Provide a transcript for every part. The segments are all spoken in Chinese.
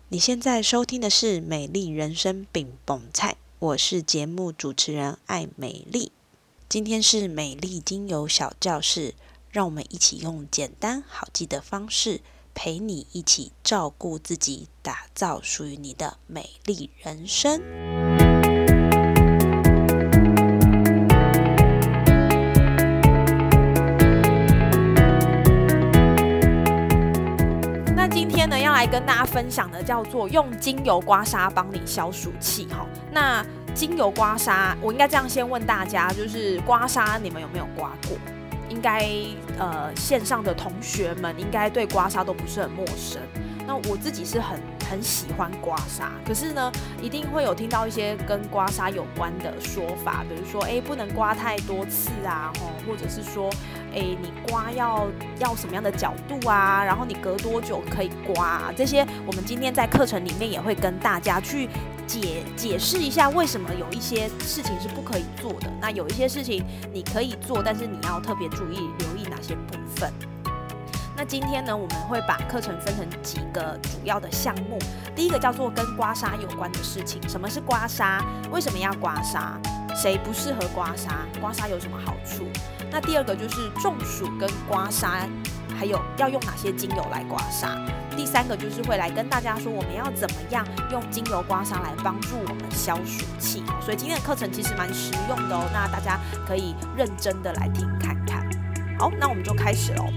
你现在收听的是美丽人生饼蹦菜，我是节目主持人艾美丽。今天是美丽精油小教室，让我们一起用简单好记的方式，陪你一起照顾自己，打造属于你的美丽人生。 今天呢，要来跟大家分享的叫做用精油刮痧帮你消暑气。那精油刮痧，我应该这样先问大家，就是刮痧你们有没有刮过？应该线上的同学们应该对刮痧都不是很陌生。那我自己是很喜欢刮痧，可是呢，一定会有听到一些跟刮痧有关的说法，比如说不能刮太多次啊，或者是说你刮要什么样的角度啊，然后你隔多久可以刮啊，这些我们今天在课程里面也会跟大家去解释一下为什么有一些事情是不可以做的，那有一些事情你可以做，但是你要特别注意留意哪些部分。那今天呢，我们会把课程分成几个主要的项目。第一个叫做跟刮痧有关的事情，什么是刮痧？为什么要刮痧？谁不适合刮痧？刮痧有什么好处？那第二个就是中暑跟刮痧，还有要用哪些精油来刮痧？第三个就是会来跟大家说，我们要怎么样用精油刮痧来帮助我们消暑气。所以今天的课程其实蛮实用的哦，那大家可以认真的来听看看。好，那我们就开始喽。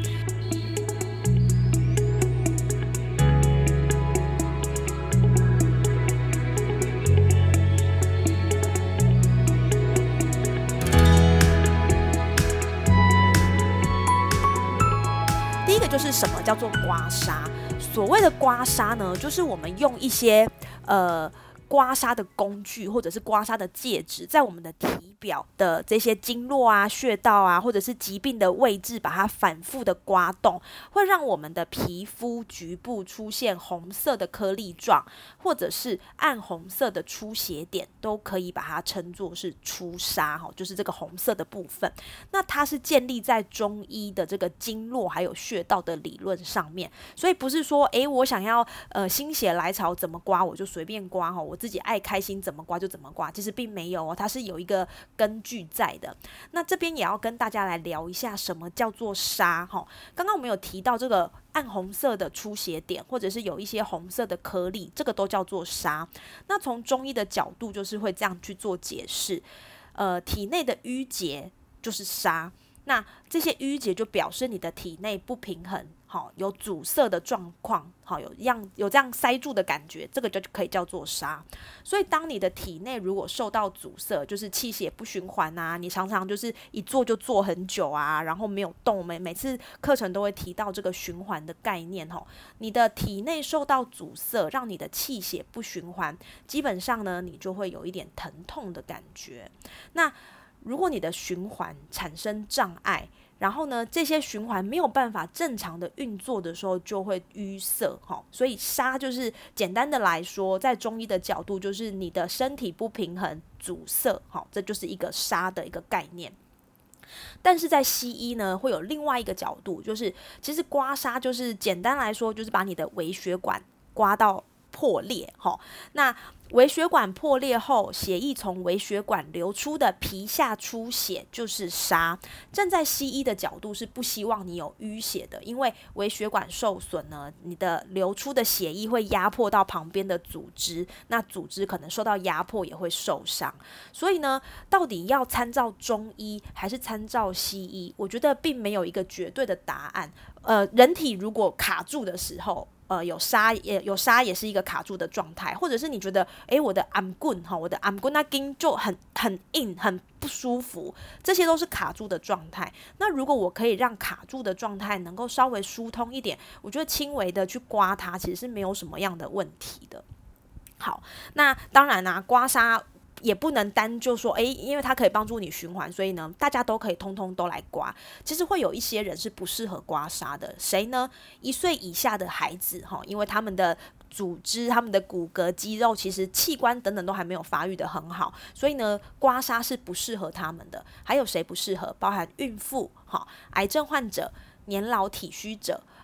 就是什么叫做刮痧？所谓的刮痧呢，就是我们用一些刮痧的工具或者是刮痧的介质，在我们的体表的这些经络啊、穴道啊，或者是疾病的位置，把它反复的刮动，会让我们的皮肤局部出现红色的颗粒状，或者是暗红色的出血点，都可以把它称作是出痧，就是这个红色的部分。那它是建立在中医的这个经络还有穴道的理论上面，所以不是说我想要心血来潮怎么刮我就随便刮，我自己爱开心怎么刮就怎么刮，其实并没有它是有一个根据在的。那这边也要跟大家来聊一下什么叫做痧。刚刚我们有提到这个暗红色的出血点，或者是有一些红色的颗粒，这个都叫做痧。那从中医的角度就是会这样去做解释，体内的淤结就是痧，那这些淤结就表示你的体内不平衡，有阻塞的状况，有这样塞住的感觉，这个就可以叫做痧。所以当你的体内如果受到阻塞，就是气血不循环啊，你常常就是一坐就坐很久啊，然后没有动，每次课程都会提到这个循环的概念，你的体内受到阻塞，让你的气血不循环，基本上呢你就会有一点疼痛的感觉。那如果你的循环产生障碍，然后呢，这些循环没有办法正常的运作的时候，就会淤塞。所以痧就是简单的来说，在中医的角度，就是你的身体不平衡、阻塞，这就是一个痧的一个概念。但是在西医呢，会有另外一个角度，就是其实刮痧就是简单来说，就是把你的微血管刮到破裂。那微血管破裂后，血液从微血管流出的皮下出血就是痧。站在西医的角度是不希望你有淤血的，因为微血管受损呢，你的流出的血液会压迫到旁边的组织，那组织可能受到压迫也会受伤。所以呢，到底要参照中医还是参照西医，我觉得并没有一个绝对的答案。人体如果卡住的时候，有痧也是一个卡住的状态，或者是你觉得我的暗棍我的暗棍那筋就很硬很不舒服，这些都是卡住的状态。那如果我可以让卡住的状态能够稍微疏通一点，我觉得轻微的去刮它其实是没有什么样的问题的。好，那当然刮痧也不能单就说因为它可以帮助你循环，所以呢大家都可以通通都来刮。其实会有一些人是不适合刮痧的，谁呢？1岁以下的孩子，因为他们的组织、他们的骨骼、肌肉，其实器官等等都还没有发育得很好，所以呢刮痧是不适合他们的。还有谁不适合？包含孕妇、癌症患者、年老体虚者，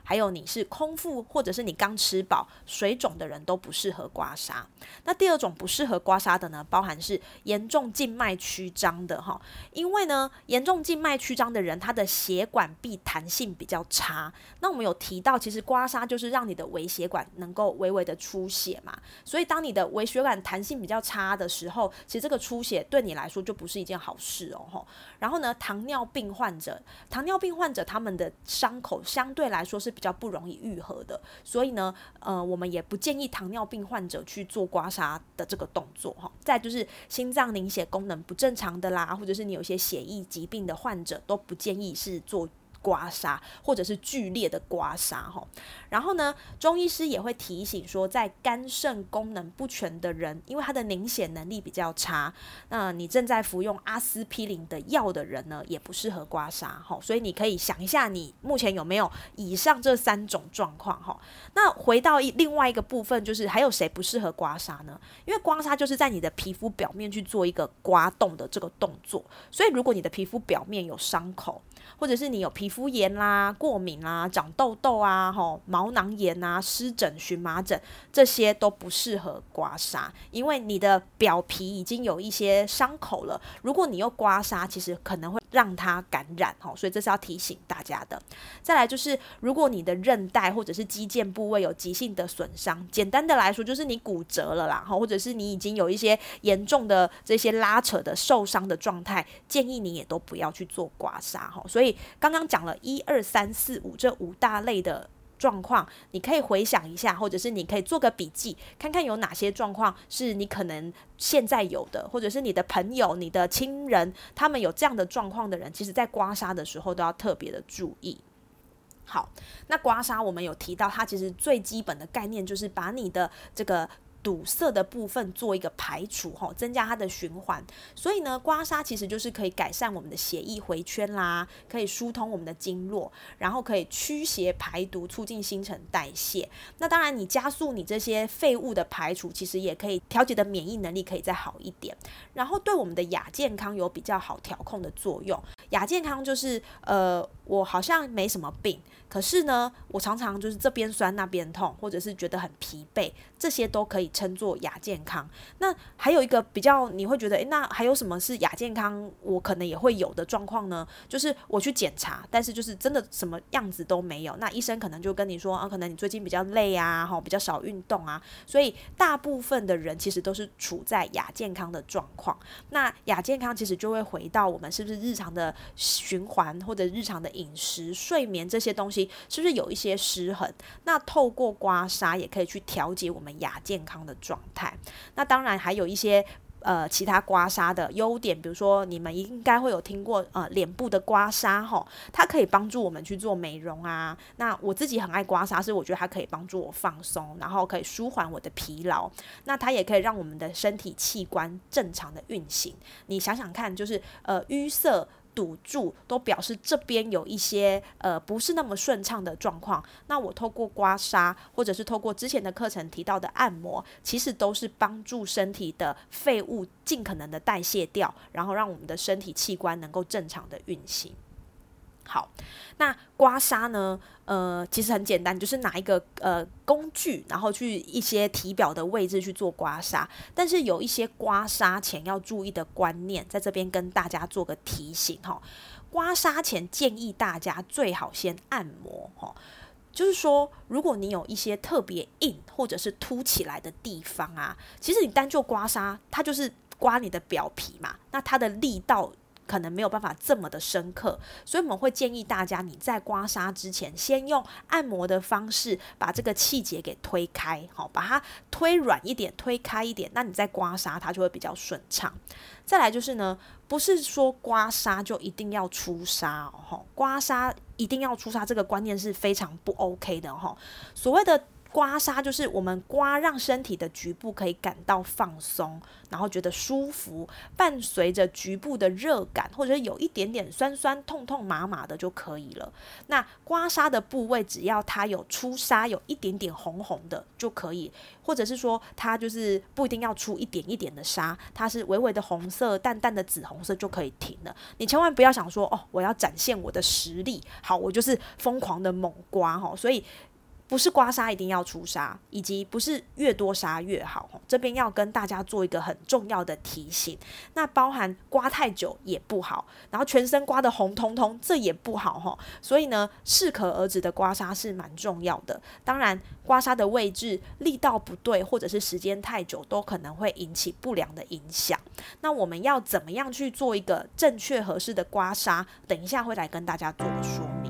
还有你是空腹或者是你刚吃饱水肿的人都不适合刮痧。那第二种不适合刮痧的呢，包含是严重静脉曲张的哈，因为呢严重静脉曲张的人他的血管壁弹性比较差。那我们有提到，其实刮痧就是让你的微血管能够微微的出血嘛，所以当你的微血管弹性比较差的时候，其实这个出血对你来说就不是一件好事哦。然后呢，糖尿病患者他们的伤口相对来说是比较不容易愈合的，所以呢，我们也不建议糖尿病患者去做刮痧的这个动作哈。再就是心脏凝血功能不正常的啦，或者是你有些血液疾病的患者，都不建议是做刮痧或者是剧烈的刮痧。然后呢，中医师也会提醒说，在肝肾功能不全的人，因为他的凝血能力比较差，那你正在服用阿司匹林的药的人呢，也不适合刮痧。所以你可以想一下，你目前有没有以上这3种状况。那回到另外一个部分，就是还有谁不适合刮痧呢？因为刮痧就是在你的皮肤表面去做一个刮动的这个动作，所以如果你的皮肤表面有伤口，或者是你有皮肤炎啦、过敏啦、长痘痘啊、毛囊炎啊、湿疹、荨麻疹，这些都不适合刮痧，因为你的表皮已经有一些伤口了，如果你又刮痧，其实可能会让它感染，所以这是要提醒大家的。再来就是，如果你的韧带或者是肌腱部位有急性的损伤，简单的来说就是你骨折了啦，或者是你已经有一些严重的这些拉扯的受伤的状态，建议你也都不要去做刮痧。所以刚刚讲了1、2、3、4、5这5大类的状况，你可以回想一下，或者是你可以做个笔记，看看有哪些状况是你可能现在有的，或者是你的朋友、你的亲人，他们有这样的状况的人，其实在刮痧的时候都要特别的注意。好，那刮痧我们有提到，它其实最基本的概念就是把你的这个堵塞的部分做一个排除，增加它的循环。所以呢，刮痧其实就是可以改善我们的血液回圈啦，可以疏通我们的经络，然后可以驱邪排毒，促进新陈代谢。那当然你加速你这些废物的排除，其实也可以调节的免疫能力可以再好一点，然后对我们的亚健康有比较好调控的作用。亚健康就是我好像没什么病，可是呢我常常就是这边酸那边痛，或者是觉得很疲惫，这些都可以称作亚健康。那还有一个比较你会觉得那还有什么是亚健康我可能也会有的状况呢？就是我去检查，但是就是真的什么样子都没有，那医生可能就跟你说可能你最近比较累啊，比较少运动啊，所以大部分的人其实都是处在亚健康的状况。那亚健康其实就会回到我们是不是日常的循环，或者日常的饮食、睡眠这些东西是不是有一些失衡，那透过刮痧也可以去调节我们亚健康的状态。那当然还有一些其他刮痧的优点，比如说你们应该会有听过脸部的刮痧它可以帮助我们去做美容啊。那我自己很爱刮痧，是我觉得它可以帮助我放松，然后可以舒缓我的疲劳。那它也可以让我们的身体器官正常的运行。你想想看，就是淤塞堵住都表示这边有一些不是那么顺畅的状况，那我透过刮痧或者是透过之前的课程提到的按摩，其实都是帮助身体的废物尽可能的代谢掉，然后让我们的身体器官能够正常的运行。好，那刮痧呢其实很简单，就是拿一个工具，然后去一些体表的位置去做刮痧。但是有一些刮痧前要注意的观念，在这边跟大家做个提醒刮痧前建议大家最好先按摩就是说如果你有一些特别硬或者是凸起来的地方啊，其实你单就刮痧，它就是刮你的表皮嘛，那它的力道可能没有办法这么的深刻，所以我们会建议大家你在刮痧之前先用按摩的方式把这个气节给推开，把它推软一点推开一点，那你在刮痧它就会比较顺畅。再来就是呢，不是说刮痧就一定要出痧刮痧一定要出痧这个观念是非常不 OK 的所谓的刮痧就是我们刮让身体的局部可以感到放松，然后觉得舒服，伴随着局部的热感，或者是有一点点酸酸痛痛麻麻的就可以了。那刮痧的部位只要它有出痧，有一点点红红的就可以，或者是说它就是不一定要出一点一点的痧，它是微微的红色、淡淡的紫红色就可以停了。你千万不要想说我要展现我的实力，好，我就是疯狂的猛刮所以不是刮痧一定要出痧，以及不是越多痧越好，这边要跟大家做一个很重要的提醒。那包含刮太久也不好，然后全身刮得红彤彤，这也不好所以呢，适可而止的刮痧是蛮重要的。当然，刮痧的位置力道不对，或者是时间太久，都可能会引起不良的影响。那我们要怎么样去做一个正确合适的刮痧？等一下会来跟大家做个说明。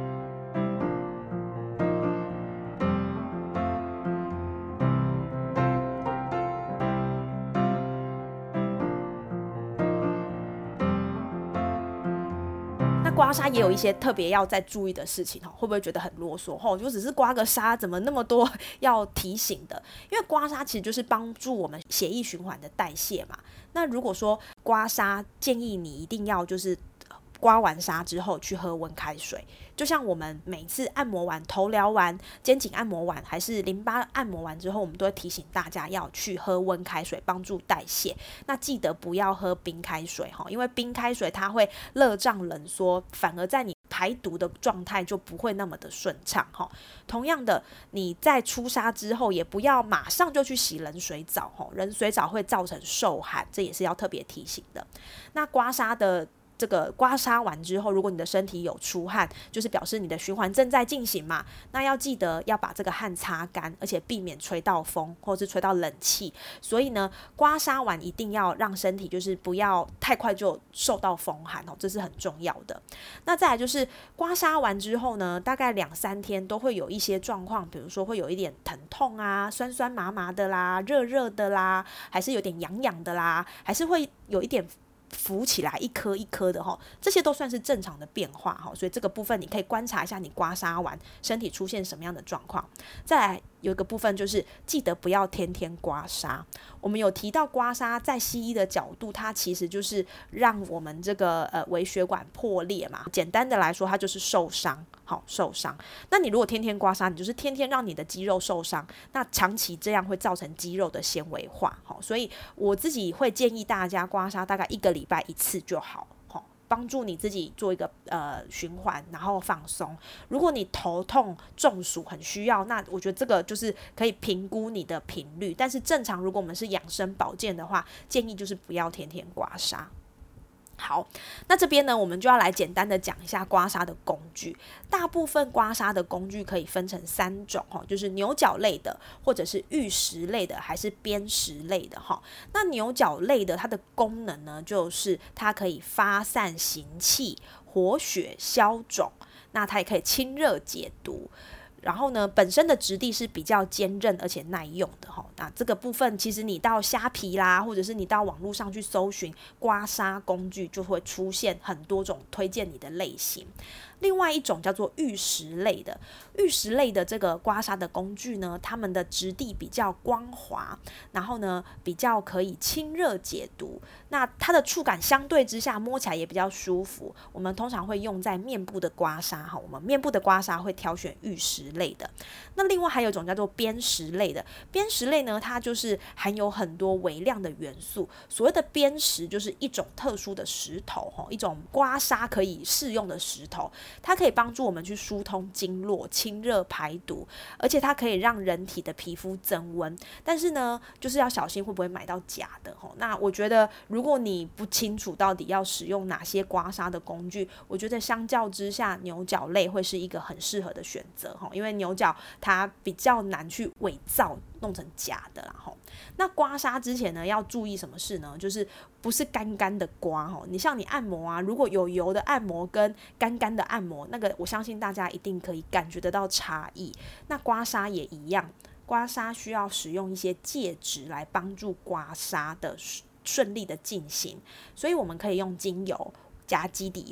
刮痧也有一些特别要再注意的事情会不会觉得很啰嗦就只是刮个痧，怎么那么多要提醒的？因为刮痧其实就是帮助我们血液循环的代谢嘛。那如果说刮痧，建议你一定要就是刮完痧之后去喝温开水，就像我们每次按摩完、头疗完、肩颈按摩完，还是淋巴按摩完之后，我们都会提醒大家要去喝温开水，帮助代谢。那记得不要喝冰开水因为冰开水它会热胀冷缩，反而在你排毒的状态就不会那么的顺畅同样的，你在出痧之后也不要马上就去洗冷水澡冷水澡会造成受寒，这也是要特别提醒的。那刮痧的这个刮痧完之后，如果你的身体有出汗，就是表示你的循环正在进行嘛。那要记得要把这个汗擦干，而且避免吹到风或是吹到冷气。所以呢，刮痧完一定要让身体就是不要太快就受到风寒这是很重要的。那再来就是刮痧完之后呢，大概2-3天都会有一些状况，比如说会有一点疼痛啊、酸酸麻麻的啦、热热的啦，还是有点痒痒的啦，还是会有一点浮起来一颗一颗的这些都算是正常的变化所以这个部分你可以观察一下你刮痧完身体出现什么样的状况。再来有一个部分就是记得不要天天刮痧。我们有提到刮痧在西医的角度，它其实就是让我们这个微血管破裂嘛，简单的来说它就是受伤受伤。那你如果天天刮痧，你就是天天让你的肌肉受伤，那长期这样会造成肌肉的纤维化所以我自己会建议大家刮痧大概1个礼拜1次就好帮助你自己做一个循环，然后放松。如果你头痛、中暑很需要，那我觉得这个就是可以评估你的频率。但是正常，如果我们是养生保健的话，建议就是不要天天刮痧。好，那这边呢，我们就要来简单的讲一下刮痧的工具。大部分刮痧的工具可以分成3种就是牛角类的，或者是玉石类的，还是砭石类的那牛角类的它的功能呢，就是它可以发散行气、活血消肿，那它也可以清热解毒。然后呢，本身的质地是比较坚韧而且耐用的那这个部分其实你到虾皮啦，或者是你到网络上去搜寻刮痧工具，就会出现很多种推荐你的类型。另外一种叫做玉石类的，玉石类的这个刮痧的工具呢，它们的质地比较光滑，然后呢比较可以清热解毒，那它的触感相对之下摸起来也比较舒服。我们通常会用在面部的刮痧我们面部的刮痧会挑选玉石类的。那另外还有一种叫做砭石类的，砭石类呢，它就是含有很多微量的元素。所谓的砭石就是一种特殊的石头一种刮痧可以适用的石头，它可以帮助我们去疏通经络、清热排毒，而且它可以让人体的皮肤增温。但是呢，就是要小心会不会买到假的那我觉得如果你不清楚到底要使用哪些刮痧的工具，我觉得相较之下牛角类会是一个很适合的选择因为牛角它比较难去伪造弄成假的啦那刮痧之前呢，要注意什么事呢？就是不是干干的刮你像你按摩啊，如果有油的按摩跟干干的按摩，那个我相信大家一定可以感觉得到差异。那刮痧也一样，刮痧需要使用一些介质来帮助刮痧的顺利的进行，所以我们可以用精油加基底油，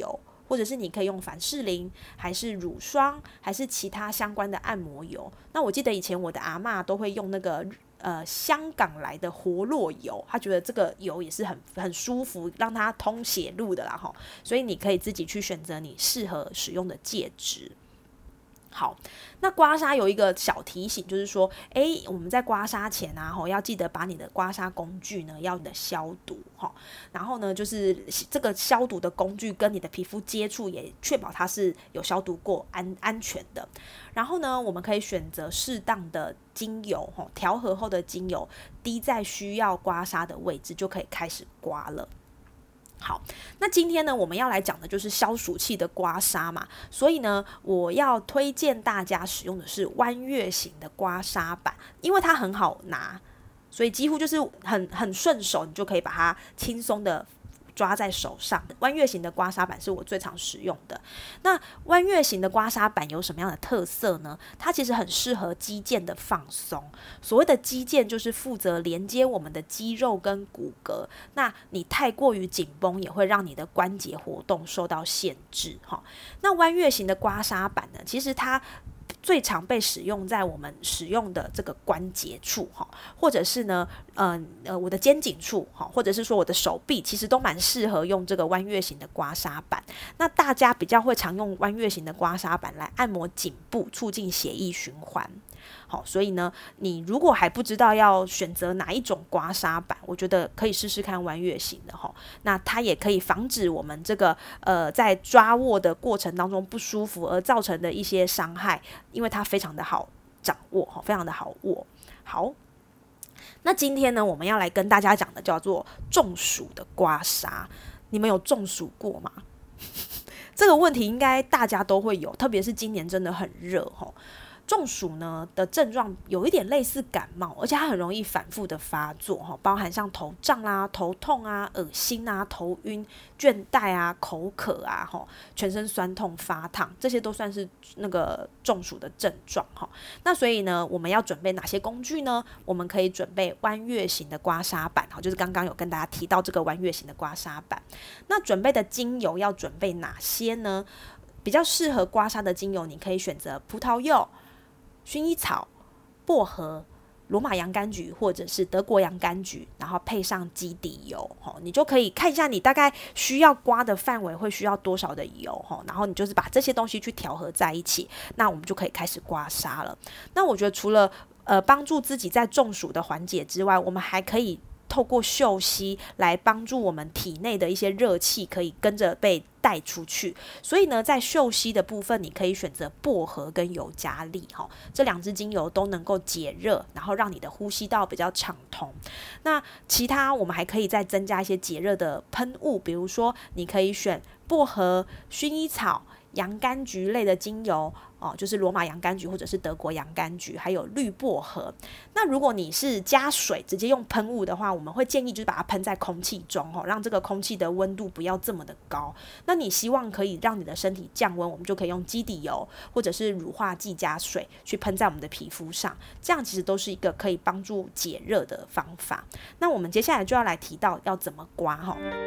或者是你可以用凡士林，还是乳霜，还是其他相关的按摩油。那我记得以前我的阿嬷都会用那个香港来的活络油，她觉得这个油也是很舒服，让她通血路的啦齁。所以你可以自己去选择你适合使用的介质。好，那刮痧有一个小提醒，就是说，我们在刮痧前啊，要记得把你的刮痧工具呢，要你的消毒哈。然后呢，就是这个消毒的工具跟你的皮肤接触，也确保它是有消毒过安全的。然后呢，我们可以选择适当的精油，调和后的精油滴在需要刮痧的位置，就可以开始刮了。好，那今天呢，我们要来讲的就是消暑器的刮痧嘛，所以呢，我要推荐大家使用的是弯月型的刮痧板，因为它很好拿，所以几乎就是很顺手，你就可以把它轻松的抓在手上。弯月型的刮痧板是我最常使用的。那弯月型的刮痧板有什么样的特色呢？它其实很适合肌腱的放松。所谓的肌腱就是负责连接我们的肌肉跟骨骼，那你太过于紧绷也会让你的关节活动受到限制。那弯月型的刮痧板呢，其实它最常被使用在我们使用的这个关节处，或者是呢，我的肩颈处，或者是说我的手臂，其实都蛮适合用这个弯月型的刮痧板。那大家比较会常用弯月型的刮痧板来按摩颈部，促进血液循环。好，所以呢，你如果还不知道要选择哪一种刮痧板，我觉得可以试试看弯月型的哈。那它也可以防止我们这个在抓握的过程当中不舒服而造成的一些伤害，因为它非常的好掌握，非常的好握。好，那今天呢，我们要来跟大家讲的叫做中暑的刮痧。你们有中暑过吗？这个问题应该大家都会有，特别是今年真的很热齁。中暑呢的症状有一点类似感冒，而且它很容易反复的发作，包含像头胀啊、头痛啊、恶心啊、头晕、倦怠啊、口渴啊、全身酸痛发烫，这些都算是那个中暑的症状。那所以呢，我们要准备哪些工具呢？我们可以准备弯月型的刮痧板，就是刚刚有跟大家提到这个弯月型的刮痧板。那准备的精油要准备哪些呢？比较适合刮痧的精油，你可以选择葡萄柚、薰衣草、薄荷、罗马洋甘菊或者是德国洋甘菊，然后配上基底油，你就可以看一下你大概需要刮的范围会需要多少的油，然后你就是把这些东西去调和在一起，那我们就可以开始刮痧了。那我觉得除了帮助自己在中暑的缓解之外，我们还可以透过嗅吸来帮助我们体内的一些热气可以跟着被带出去。所以呢，在嗅吸的部分，你可以选择薄荷跟尤加利，这两支精油都能够解热，然后让你的呼吸道比较畅通。那其他我们还可以再增加一些解热的喷雾，比如说你可以选薄荷、薰衣草、洋甘菊类的精油，就是罗马洋甘菊或者是德国洋甘菊，还有绿薄荷。那如果你是加水直接用喷雾的话，我们会建议就是把它喷在空气中，让这个空气的温度不要这么的高。那你希望可以让你的身体降温，我们就可以用基底油或者是乳化剂加水去喷在我们的皮肤上，这样其实都是一个可以帮助解热的方法。那我们接下来就要来提到要怎么刮。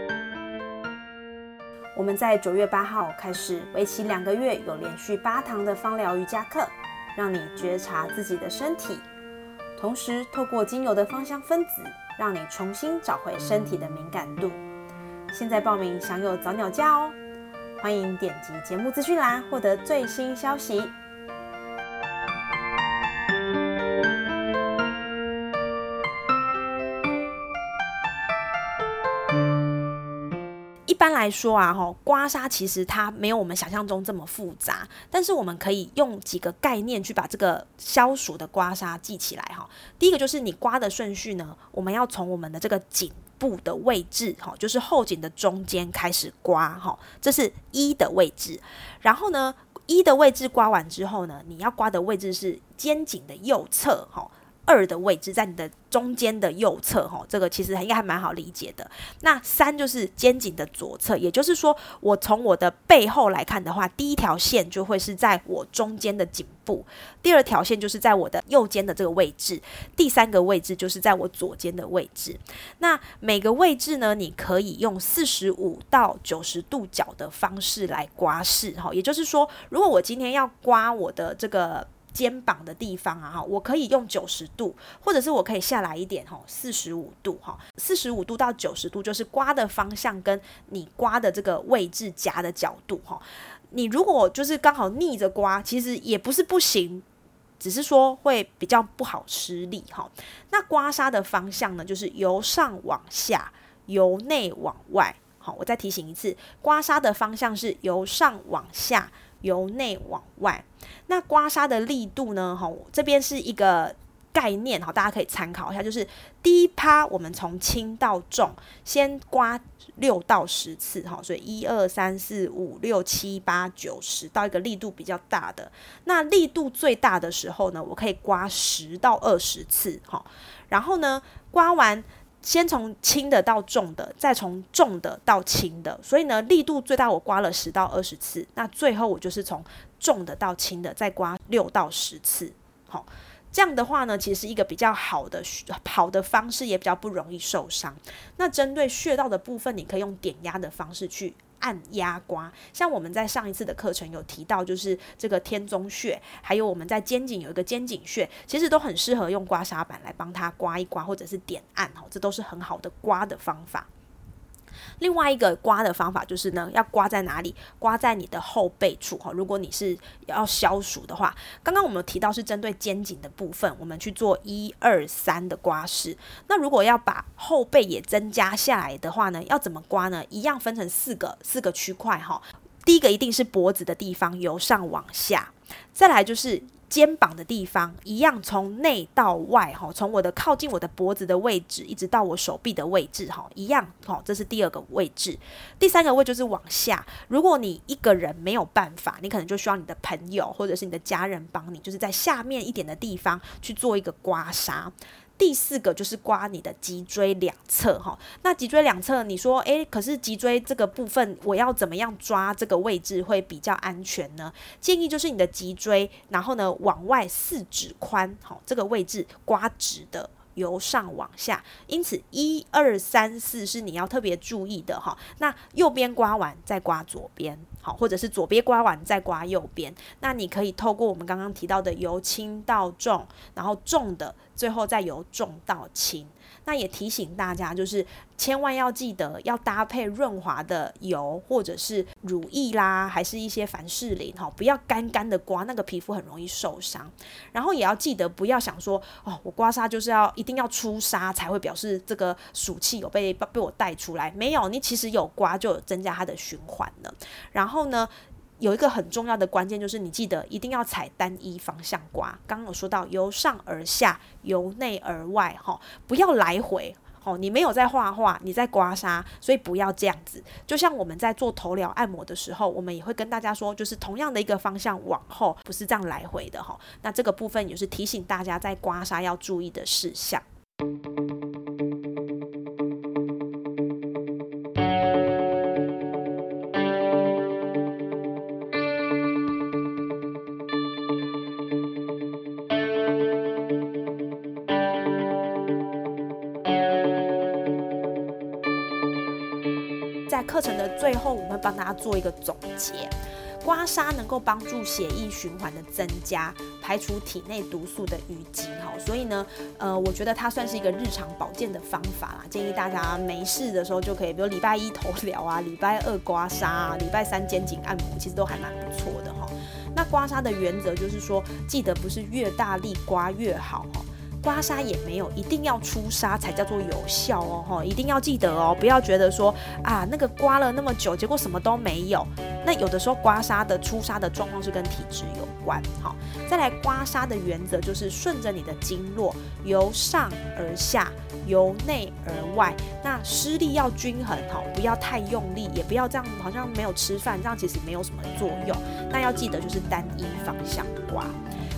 我们在9月8号开始，为期2个月，有连续8堂的芳疗瑜伽课，让你觉察自己的身体，同时透过精油的芳香分子，让你重新找回身体的敏感度。现在报名享有早鸟价哦，欢迎点击节目资讯栏获得最新消息。一般来说啊，刮痧其实它没有我们想象中这么复杂，但是我们可以用几个概念去把这个消暑的刮痧记起来。第一个就是你刮的顺序呢，我们要从我们的这个颈部的位置，就是后颈的中间开始刮，这是1的位置。然后呢，1的位置刮完之后呢，你要刮的位置是肩颈的右侧， 2的位置，在你的中间的右侧，这个其实应该还蛮好理解的。那3就是肩颈的左侧，也就是说我从我的背后来看的话，第一条线就会是在我中间的颈部，第2条线就是在我的右肩的这个位置，第3个位置就是在我左肩的位置。那每个位置呢，你可以用45到90度角的方式来刮拭，也就是说，如果我今天要刮我的这个肩膀的地方啊，我可以用90度，或者是我可以下来一点，45度，45度到90度就是刮的方向跟你刮的这个位置夹的角度。你如果就是刚好逆着刮，其实也不是不行，只是说会比较不好施力。那刮痧的方向呢，就是由上往下，由内往外。我再提醒一次，刮痧的方向是由上往下，由内往外。那刮痧的力度呢，这边是一个概念，大家可以参考一下，就是第一趴我们从轻到重先刮6到10次，所以1、2、3、4、5、6、7、8、9、10到一个力度比较大的。那力度最大的时候呢，我可以刮10到20次，然后呢刮完先从轻的到重的，再从重的到轻的，所以呢力度最大我刮了10到20次，那最后我就是从重的到轻的再刮6到10次。这样的话呢，其实是一个比较好的方式，也比较不容易受伤。那针对穴道的部分，你可以用点压的方式去按压刮，像我们在上一次的课程有提到，就是这个天宗穴，还有我们在肩颈有一个肩颈穴，其实都很适合用刮痧板来帮它刮一刮，或者是点按，这都是很好的刮的方法。另外一个刮的方法就是呢，要刮在哪里？刮在你的后背处。如果你是要消暑的话，刚刚我们有提到是针对肩颈的部分，我们去做1、2、3的刮拭。那如果要把后背也增加下来的话呢，要怎么刮呢？一样分成四个区块。第一个一定是脖子的地方，由上往下，再来就是肩膀的地方，一样从内到外，从我的靠近我的脖子的位置一直到我手臂的位置，一样，这是第2个位置。第3个位置就是往下，如果你一个人没有办法，你可能就需要你的朋友或者是你的家人帮你，就是在下面一点的地方去做一个刮痧。第4个就是刮你的脊椎两侧。那脊椎两侧你说可是脊椎这个部分我要怎么样抓这个位置会比较安全呢？建议就是你的脊椎，然后呢往外4指宽，这个位置刮直的，由上往下，因此1、2、3、4是你要特别注意的。那右边刮完再刮左边，或者是左边刮完再刮右边。那你可以透过我们刚刚提到的由轻到重，然后重的最后再由重到轻。那也提醒大家，就是千万要记得要搭配润滑的油，或者是乳液啦，还是一些凡士林，不要干干的刮，那个皮肤很容易受伤。然后也要记得不要想说我刮痧就是一定要出痧才会表示这个暑气有被我带出来，没有，你其实有刮就有增加它的循环了。然后呢，有一个很重要的关键就是你记得一定要采单一方向刮，刚刚有说到由上而下，由内而外，不要来回。你没有在画画，你在刮痧，所以不要这样子。就像我们在做头疗按摩的时候，我们也会跟大家说，就是同样的一个方向往后，不是这样来回的。那这个部分也是提醒大家在刮痧要注意的事项。在课程的最后，我们会帮大家做一个总结。刮痧能够帮助血液循环的增加，排除体内毒素的淤积，所以呢，我觉得它算是一个日常保健的方法啦。建议大家没事的时候就可以，比如礼拜1头疗啊，礼拜2刮痧啊，礼拜3肩颈按摩，其实都还蛮不错的哈。那刮痧的原则就是说，记得不是越大力刮越好哈。刮痧也没有一定要出痧才叫做有效哦，一定要记得哦，不要觉得说那个刮了那么久，结果什么都没有。那有的时候刮痧的出痧的状况是跟体质有关。好，再来刮痧的原则就是顺着你的经络，由上而下，由内而外。那施力要均衡，不要太用力，也不要这样好像没有吃饭，这样其实没有什么作用。那要记得就是单一方向刮。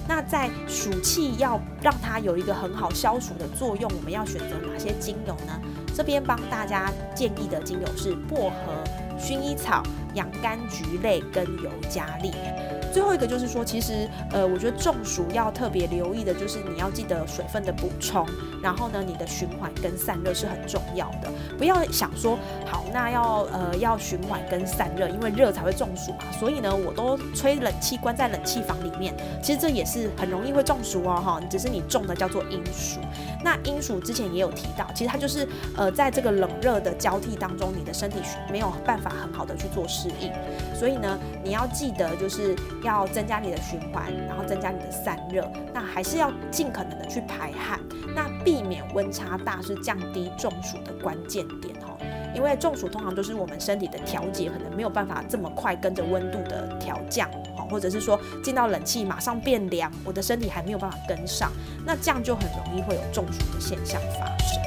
那在暑气要让它有一个很好消暑的作用，我们要选择哪些精油呢？这边帮大家建议的精油是薄荷、薰衣草、洋甘菊类跟尤加利。最后一个就是说，其实我觉得中暑要特别留意的就是你要记得水分的补充，然后呢，你的循环跟散热是很重要的。不要想说好，那要循环跟散热，因为热才会中暑嘛，所以呢，我都吹冷气，关在冷气房里面。其实这也是很容易会中暑哦，哈，只是你中的叫做阴暑。那阴暑之前也有提到，其实它就是在这个冷热的交替当中，你的身体没有办法很好的去做适应，所以呢，你要记得就是要增加你的循环，然后增加你的散热，那还是要尽可能的去排汗，那避免温差大是降低中暑的关键点哦。因为中暑通常就是我们身体的调节可能没有办法这么快跟着温度的调降，或者是说进到冷气马上变凉，我的身体还没有办法跟上，那这样就很容易会有中暑的现象发生。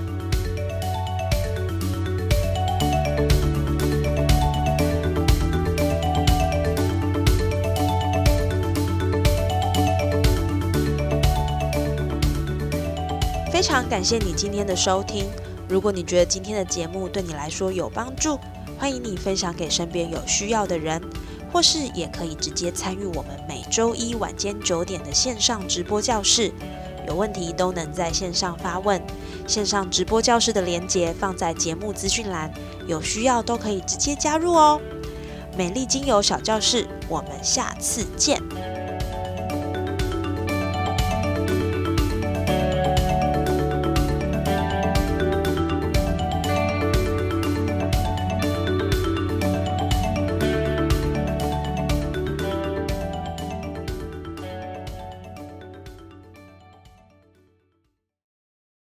非常感谢你今天的收听。如果你觉得今天的节目对你来说有帮助，欢迎你分享给身边有需要的人，或是也可以直接参与我们每周一晚间9点的线上直播教室。有问题都能在线上发问，线上直播教室的连结放在节目资讯栏，有需要都可以直接加入哦。美丽精油小教室，我们下次见。